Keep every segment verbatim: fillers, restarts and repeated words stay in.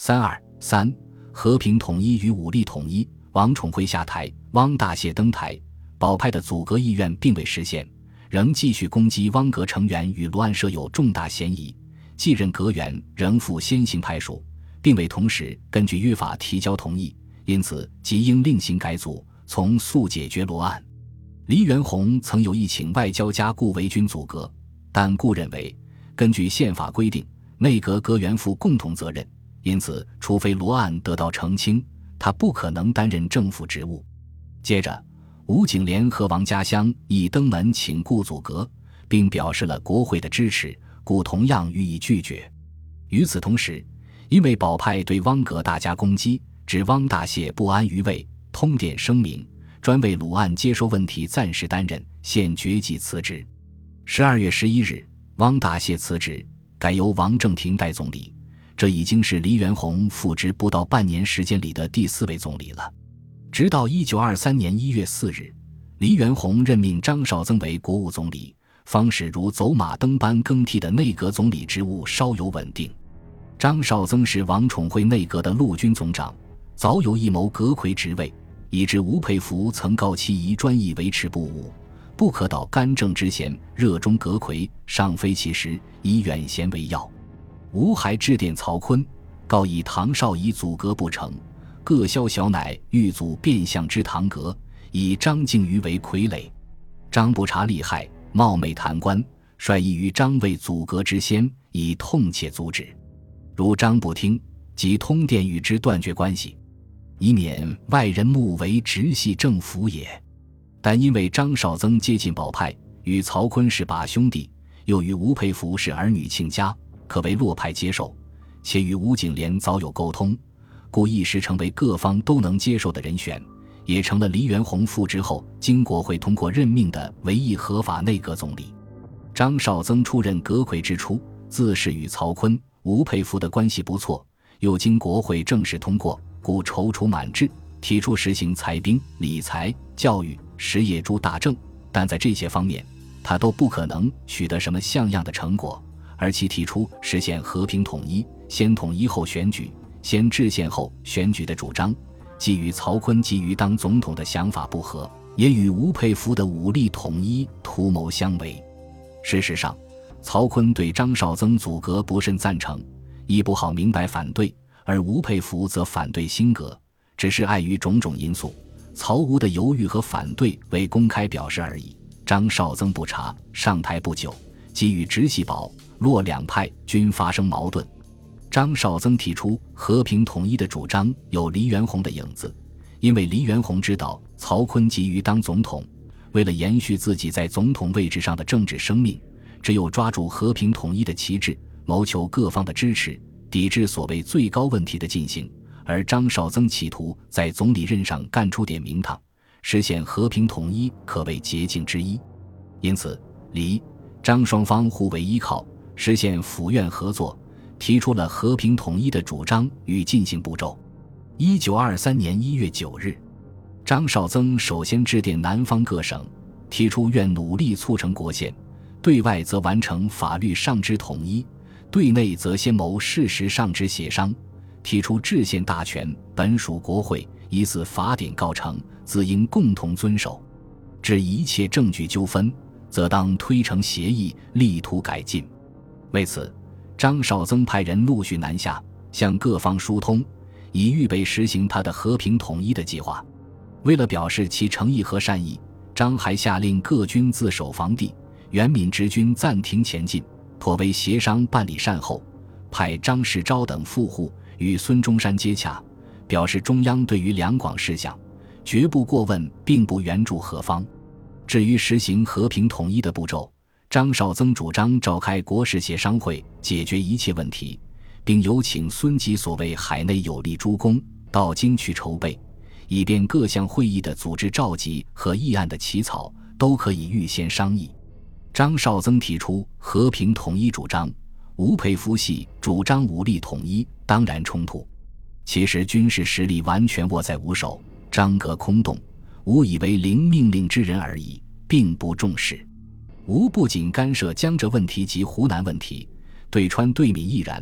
三二三和平统一与武力统一。王宠惠下台，汪大燮登台，保派的阻隔意愿并未实现，仍继续攻击汪阁成员与罗案设有重大嫌疑，继任阁员仍负先行派属，并未同时根据约法提交同意，因此即应另行改组，从速解决罗案。黎元洪曾有意请外交家顾维钧阻隔，但顾认为根据宪法规定，内阁阁员负共同责任，因此除非罗案得到澄清，他不可能担任政府职务。接着吴景莲和王家湘亦登门请顾阻隔，并表示了国会的支持，顾同样予以拒绝。与此同时，因为保派对汪阁大加攻击，指汪大燮不安于位，通电声明专为鲁案接收问题暂时担任，现决计辞职。十二月十一日，汪大燮辞职，改由王正廷代总理，这已经是黎元洪复职不到半年时间里的第四位总理了。直到一九二三年一月四日，黎元洪任命张绍曾为国务总理，方使如走马灯般更替的内阁总理职务稍有稳定。张绍曾是王宠惠内阁的陆军总长，早有一谋阁魁职位，以致吴佩孚曾告其宜专意维持不误，不可蹈干政之嫌，热衷阁魁，尚非其时，以远贤为要。吴还致电曹锟，告以唐绍以阻阁不成，各萧小乃欲阻变相之堂阁，以张敬瑜为傀儡。张不察利害，冒昧谈官，率意于张为阻阁之先，以痛切阻止。如张不听，即通电与之断绝关系，以免外人目为直系政府也。但因为张绍曾接近保派，与曹锟是把兄弟，又与吴佩孚是儿女亲家，可为洛派接受，且与吴景莲早有沟通，故一时成为各方都能接受的人选，也成了黎元洪复职后经国会通过任命的唯一合法内阁总理。张绍曾出任阁魁之初，自是与曹锟、吴佩孚的关系不错，又经国会正式通过，故踌躇满志，提出实行财兵、理财、教育、实业诸大政，但在这些方面他都不可能取得什么像样的成果，而其提出实现和平统一，先统一后选举，先制宪后选举的主张，既与曹锟急于当总统的想法不合，也与吴佩孚的武力统一图谋相违。事实上，曹锟对张绍曾阻阁不甚赞成，亦不好明白反对，而吴佩孚则反对新阁，只是碍于种种因素，曹吴的犹豫和反对未公开表示而已。张绍曾不察，上台不久，即与直系保、洛两派均发生矛盾。张绍曾提出和平统一的主张有黎元洪的影子，因为黎元洪知道曹锟急于当总统，为了延续自己在总统位置上的政治生命，只有抓住和平统一的旗帜，谋求各方的支持，抵制所谓最高问题的进行。而张绍曾企图在总理任上干出点名堂，实现和平统一可谓捷径之一。因此黎、张双方互为依靠，实现府院合作，提出了和平统一的主张与进行步骤。一九二三年一月九日，张绍曾首先致电南方各省，提出愿努力促成国宪，对外则完成法律上之统一，对内则先谋事实上之协商，提出制宪大权本属国会，依似法典告成，自应共同遵守。至一切证据纠纷，则当推成协议，力图改进。为此，张绍曾派人陆续南下，向各方疏通，以预备实行他的和平统一的计划。为了表示其诚意和善意，张还下令各军自守防地，袁闽直军暂停前进，妥为协商办理善后，派张世钊等副护与孙中山接洽，表示中央对于两广事项绝不过问，并不援助何方。至于实行和平统一的步骤，张绍曾主张召开国事协商会，解决一切问题，并有请孙吉所谓海内有力诸公到京去筹备，以便各项会议的组织召集和议案的起草都可以预先商议。张绍曾提出和平统一主张，吴佩孚系主张武力统一，当然冲突。其实军事实力完全握在吴手，张阁空洞，吴以为领命令之人而已，并不重视。吴不仅干涉江浙问题及湖南问题，对川对闽亦然，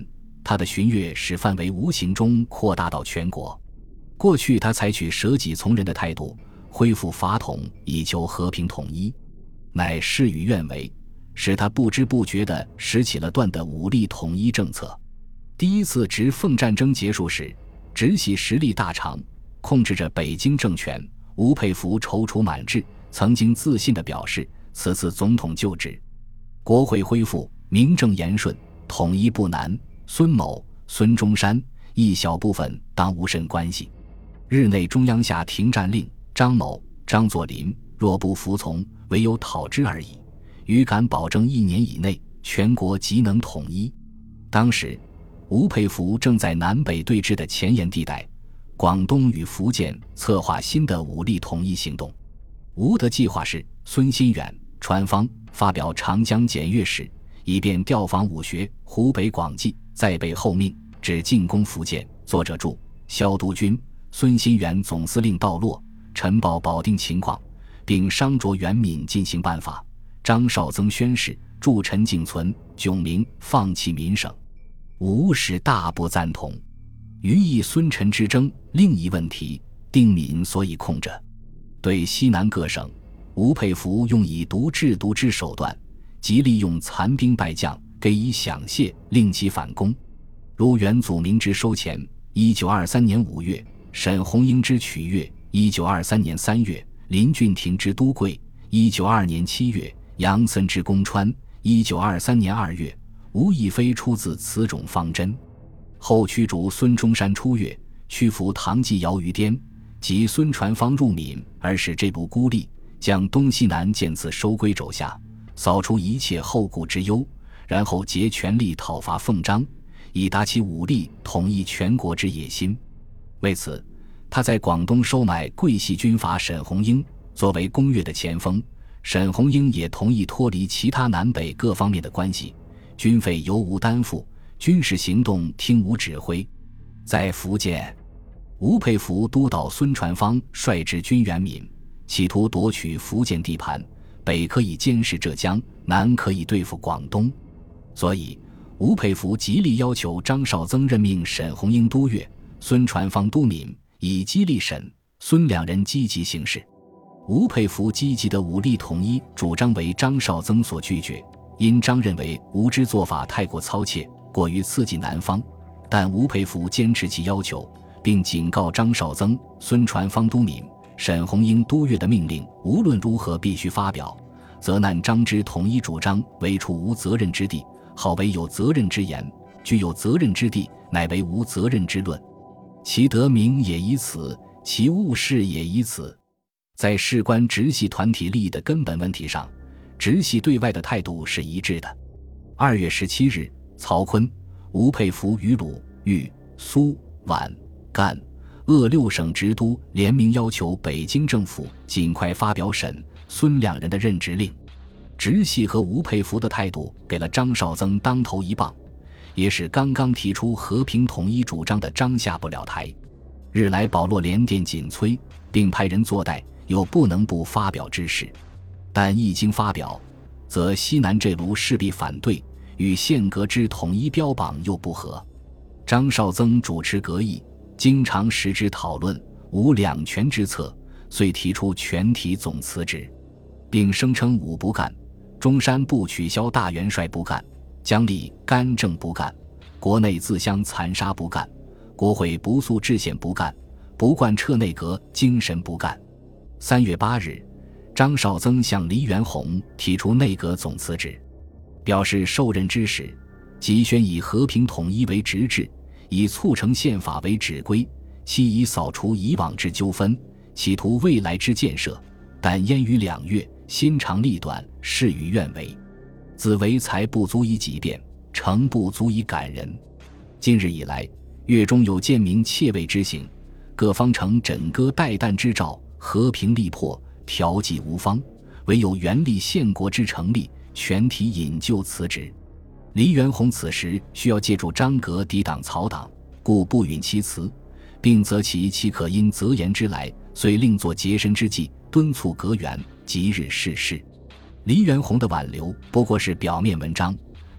他的巡阅使范围无形中扩大到全国。过去他采取舍己从人的态度，恢复法统以求和平统一，乃事与愿违，使他不知不觉地拾起了断的武力统一政策。第一次直奉战争结束时，直系实力大长，控制着北京政权。吴佩孚踌躇满志，曾经自信地表示，此次总统就职，国会恢复，名正言顺，统一不难。孙某、孙中山一小部分当无甚关系。日内中央下停战令，张某、张作霖若不服从，唯有讨之而已。予敢保证一年以内，全国即能统一。当时吴佩孚正在南北对峙的前沿地带，广东与福建策划新的武力统一行动。吴的计划是孙新远、传芳发表长江检阅使，以便调防武学、湖北广济，再备后命，指进攻福建。作者注：萧督军、孙新远总司令到洛，陈报保定情况，并商酌袁敏进行办法。张绍曾宣誓，助陈敬存、炯明放弃民省。吴使大不赞同。余以孙陈之争另一问题，定敏所以控着。对西南各省，吴佩孚用以毒制毒之手段，即利用残兵败将，给以饷械，令其反攻。如元祖明之收钱，一九二三年五月；沈鸿英之取悦，一九二三年三月；林俊廷之都贵，一九二二年七月；杨森之攻川，一九二三年二月。无一非出自此种方针。后驱逐孙中山出越，屈服唐继尧于滇，及孙传芳入闽，而使这部孤立，将东西南渐次收归肘下，扫除一切后顾之忧，然后竭全力讨伐奉章，以达其武力统一全国之野心。为此，他在广东收买桂系军阀沈鸿英作为攻越的前锋，沈鸿英也同意脱离其他南北各方面的关系，军费由吴担负，军事行动听吴指挥。在福建，吴佩孚督导孙传芳率直军援闽，企图夺取福建地盘，北可以监视浙江，南可以对付广东。所以吴佩孚极力要求张绍曾任命沈鸿英督粤，孙传芳督闽，以激励沈、孙两人积极行事。吴佩孚积极的武力统一主张为张绍曾所拒绝，因张认为吴之做法太过操切，过于刺激南方，但吴佩孚坚持其要求，并警告张绍曾、孙传芳督闽、沈鸿英督粤的命令无论如何必须发表，责难张之统一主张为处无责任之地，好为有责任之言，具有责任之地，乃为无责任之论。其得名也以此，其误事也以此。在事关直系团体利益的根本问题上，直系对外的态度是一致的。二月十七日，曹锟、吴佩孚与鲁、豫、苏、皖、赣、鄂六省直督联名要求北京政府尽快发表沈、孙两人的任职令。直系和吴佩孚的态度给了张绍曾当头一棒，也使刚刚提出和平统一主张的张下不了台。日来保罗连电紧催，并派人坐待，有不能不发表之事。但一经发表，则西南这卢势必反对，与宪革之统一标榜又不合。张绍曾主持革议，经常实之讨论，无两全之策，遂提出全体总辞职，并声称武不干，中山部取消大元帅不干，姜立干政不干，国内自相残杀不干，国会不肃制宪不干，不贯彻内阁精神不干。三月八日，张绍曾向黎元洪提出内阁总辞职，表示受任之时，即宣以和平统一为直志，以促成宪法为指归，期以扫除以往之纠纷，企图未来之建设。但焉于两月，心长力短，事与愿违。子为才不足以己变，诚不足以感人。今日以来，粤中有贱民窃位之行，各方呈枕戈待旦之兆，和平力破，调剂无方，唯有原立宪国之成立，全体引咎辞职。黎元洪此时需要借助张阁抵挡曹党，故不允其辞，并责其岂可因责言之来，遂另作洁身之计，敦促阁员即日逝世。黎元洪的挽留不过是表面文章，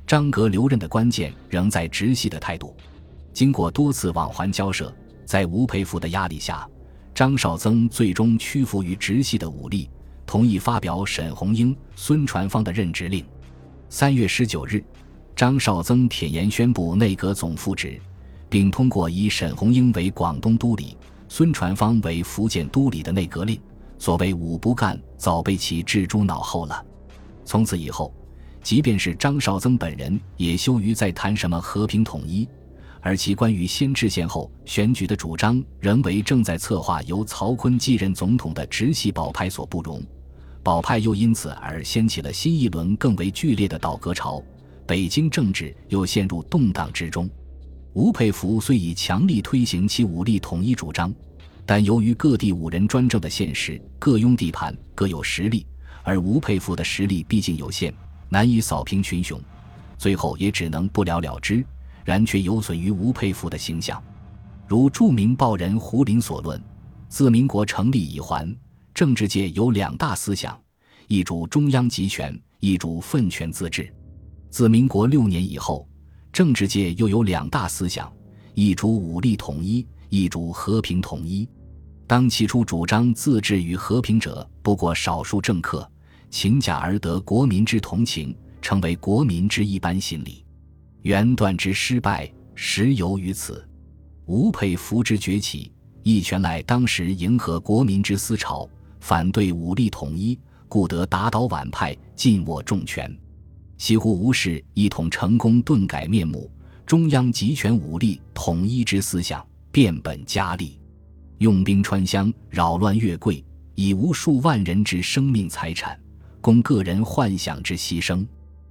张阁留任的关键仍在直系的态度。经过多次往还交涉，在吴佩孚的压力下，张绍曾最终屈服于直系的武力，同意发表沈鸿英、孙传芳的任职令。三月十九日，张绍曾兀言宣布内阁总复职，并通过以沈鸿英为广东督理、孙传芳为福建督理的内阁令。所谓五不干早被其置诸脑后了。从此以后，即便是张绍曾本人也羞于再谈什么和平统一，而其关于先制宪后选举的主张仍为正在策划由曹锟继任总统的直系保派所不容。保派又因此而掀起了新一轮更为剧烈的倒戈潮，北京政治又陷入动荡之中。吴佩孚虽已强力推行其武力统一主张，但由于各地五人专政的现实，各拥地盘，各有实力，而吴佩孚的实力毕竟有限，难以扫平群雄，最后也只能不了了之，然却有损于吴佩孚的形象。如著名报人胡林所论，自民国成立以还，政治界有两大思想，一主中央集权，一主分权自治。自民国六年以后，政治界又有两大思想，一主武力统一，一主和平统一。当起初主张自治与和平者不过少数政客，请假而得国民之同情，成为国民之一般心理。袁段之失败实由于此。吴佩孚之崛起，亦全赖当时迎合国民之思潮，反对武力统一，故得打倒皖派，尽握重权。几乎吴氏一统成功顿改面目，中央集权武力统一之思想变本加厉，用兵穿乡，扰乱越贵，以无数万人之生命财产，供个人幻想之牺牲。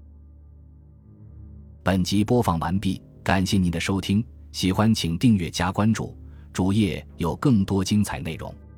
本集播放完毕，感谢您的收听，喜欢请订阅加关注，主页有更多精彩内容。